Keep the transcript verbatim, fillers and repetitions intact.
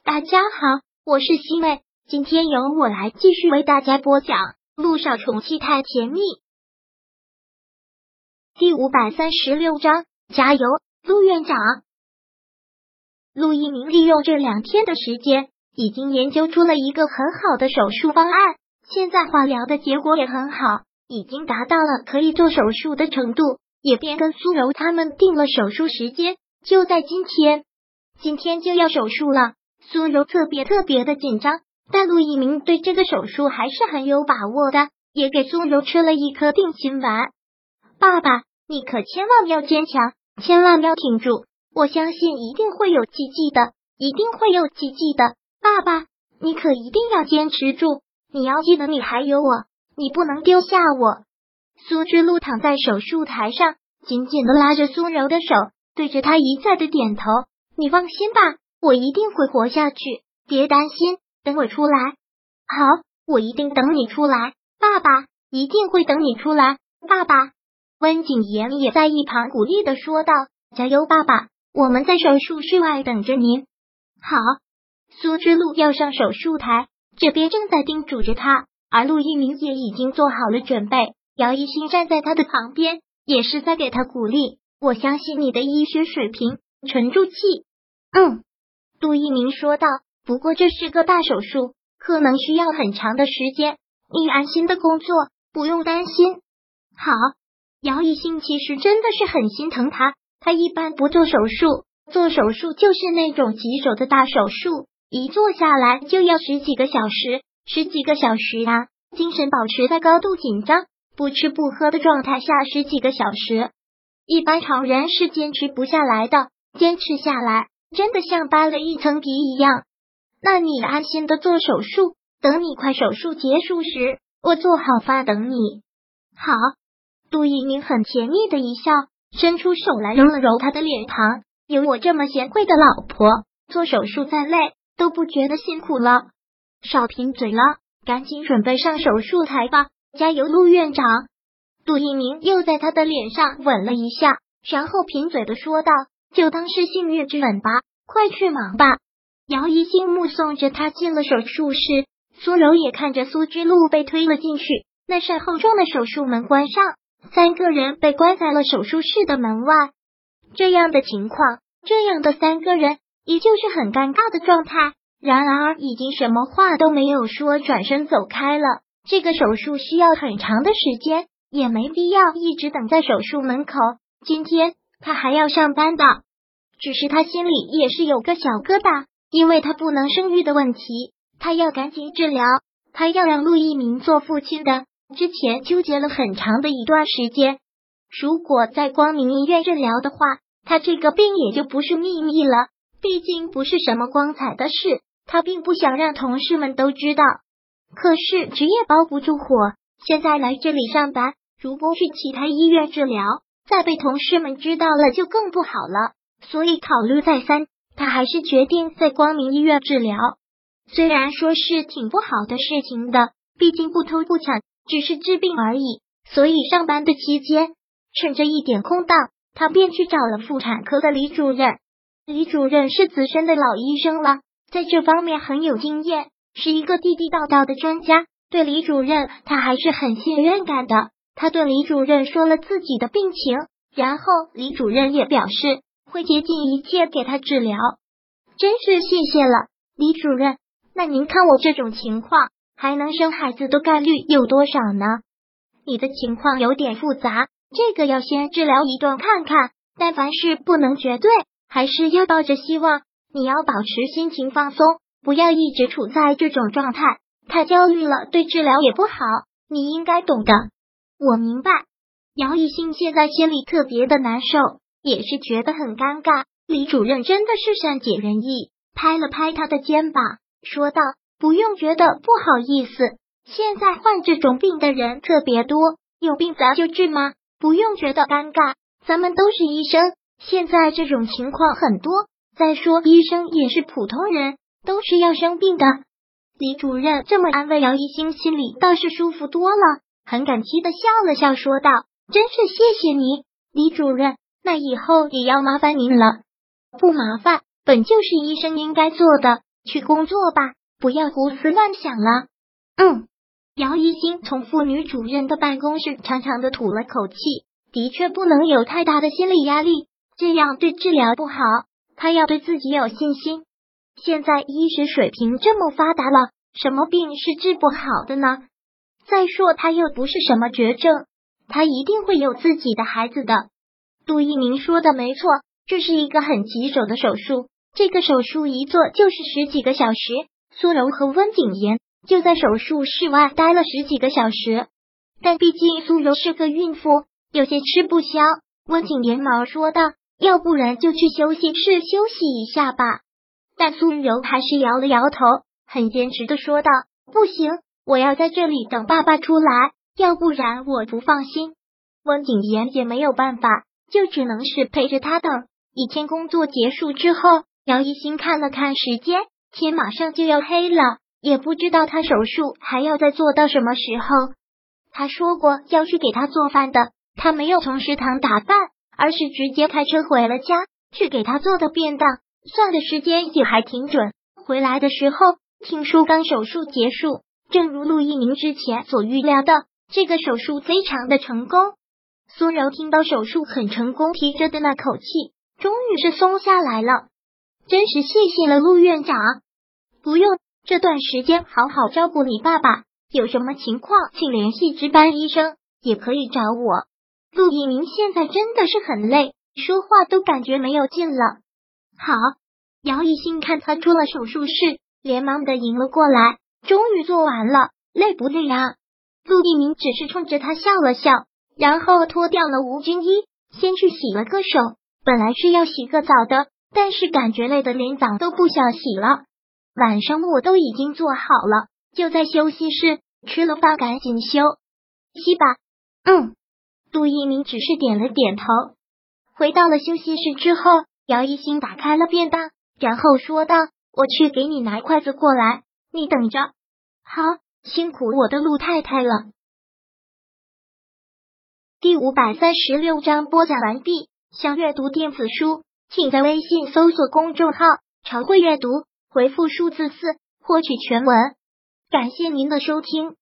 大家好，我是西妹，今天由我来继续为大家播讲《陆少宠妻太甜蜜》第五百三十六章，加油，陆院长。陆一鸣利用这两天的时间，已经研究出了一个很好的手术方案，现在化疗的结果也很好，已经达到了可以做手术的程度，也便跟苏柔他们定了手术时间，就在今天。今天就要手术了，苏柔特别特别的紧张，但陆一鸣对这个手术还是很有把握的，也给苏柔吃了一颗定心丸。爸爸，你可千万要坚强，千万要挺住，我相信一定会有奇迹的，一定会有奇迹的。爸爸，你可一定要坚持住，你要记得你还有我，你不能丢下我。苏之路躺在手术台上，紧紧的拉着苏柔的手，对着她一再的点头。你放心吧，我一定会活下去，别担心，等我出来。好，我一定等你出来，爸爸，一定会等你出来，爸爸。温景言也在一旁鼓励的说道，加油爸爸，我们在手术室外等着您。好。苏之路要上手术台，这边正在叮嘱着他，而陆一鸣也已经做好了准备，姚一新站在他的旁边，也是在给他鼓励，我相信你的医学水平，沉住气。嗯，陆一鸣说道，不过这是个大手术，可能需要很长的时间，你安心的工作，不用担心。好，姚一新其实真的是很心疼他，他一般不做手术，做手术就是那种棘手的大手术，一做下来就要十几个小时，十几个小时啊，精神保持在高度紧张，不吃不喝的状态下十几个小时，一般常人是坚持不下来的，坚持下来真的像扒了一层皮一样。那你安心的做手术，等你快手术结束时，我做好饭等你。好。杜一鸣很甜蜜的一笑，伸出手来揉了揉他的脸庞，有我这么贤惠的老婆，做手术再累都不觉得辛苦了。少贫嘴了，赶紧准备上手术台吧，加油陆院长。杜一鸣又在他的脸上吻了一下，然后贫嘴的说道，就当是幸运之吻吧，快去忙吧。姚一新目送着他进了手术室，苏柔也看着苏之路被推了进去，那扇厚重的手术门关上，三个人被关在了手术室的门外。这样的情况，这样的三个人，依旧是很尴尬的状态。然而已经什么话都没有说，转身走开了。这个手术需要很长的时间，也没必要一直等在手术门口。今天他还要上班的，只是他心里也是有个小疙瘩，因为他不能生育的问题，他要赶紧治疗，他要让陆一鸣做父亲的。之前纠结了很长的一段时间，如果在光明医院治疗的话，他这个病也就不是秘密了，毕竟不是什么光彩的事，他并不想让同事们都知道。可是职业包不住火，现在来这里上班，如果去其他医院治疗，再被同事们知道了就更不好了，所以考虑再三，他还是决定在光明医院治疗。虽然说是挺不好的事情的，毕竟不偷不抢，只是治病而已，所以上班的期间，趁着一点空档，他便去找了妇产科的李主任。李主任是资深的老医生了，在这方面很有经验，是一个地地道道的专家。对李主任，他还是很信任感的。他对李主任说了自己的病情，然后李主任也表示会竭尽一切给他治疗。真是谢谢了，李主任。那您看我这种情况，还能生孩子的概率有多少呢？你的情况有点复杂，这个要先治疗一段看看，但凡事不能绝对，还是要抱着希望。你要保持心情放松，不要一直处在这种状态，太焦虑了对治疗也不好，你应该懂的。我明白。姚一新现在心里特别的难受，也是觉得很尴尬。李主任真的是善解人意，拍了拍他的肩膀，说道，不用觉得不好意思，现在患这种病的人特别多，有病咱就治吗？不用觉得尴尬，咱们都是医生，现在这种情况很多，再说医生也是普通人，都是要生病的。李主任这么安慰姚一新，心里倒是舒服多了，很感激的笑了笑，说道，真是谢谢你，李主任，那以后也要麻烦您了。不麻烦，本就是医生应该做的， 去工作吧，不要胡思乱想了。嗯。姚一新从妇女主任的办公室长长的吐了口气，的确不能有太大的心理压力，这样对治疗不好，他要对自己有信心。现在医学水平这么发达了，什么病是治不好的呢？再说他又不是什么绝症，他一定会有自己的孩子的。杜一鸣说的没错，这是一个很棘手的手术，这个手术一做就是十几个小时。苏柔和温景言就在手术室外待了十几个小时，但毕竟苏柔是个孕妇，有些吃不消。温景言忙说道：“要不然就去休息室休息一下吧。”但苏柔还是摇了摇头，很坚持的说道：“不行，我要在这里等爸爸出来，要不然我不放心。”温景言也没有办法，就只能是陪着他等。一天工作结束之后，姚一新看了看时间，天马上就要黑了，也不知道他手术还要再做到什么时候。他说过要去给他做饭的，他没有从食堂打饭，而是直接开车回了家，去给他做的便当，算的时间也还挺准。回来的时候，听说刚手术结束，正如陆一鸣之前所预料的，这个手术非常的成功。苏柔听到手术很成功，提着的那口气终于是松下来了。真是谢谢了陆院长。不用，这段时间好好照顾你爸爸，有什么情况请联系值班医生，也可以找我。陆一鸣现在真的是很累，说话都感觉没有劲了。好。姚一新看他出了手术室，连忙的迎了过来，终于做完了，累不累啊？陆一鸣只是冲着他笑了笑，然后脱掉了无菌衣，先去洗了个手。本来是要洗个澡的，但是感觉累得连澡都不想洗了。晚上我都已经做好了，就在休息室吃了饭赶紧休息吧。嗯，陆一鸣只是点了点头。回到了休息室之后，姚一新打开了便当，然后说道：“我去给你拿筷子过来，你等着。”好，辛苦我的陆太太了。第五百三十六章播讲完毕。想阅读电子书，请在微信搜索公众号常会阅读，回复数字四获取全文。感谢您的收听。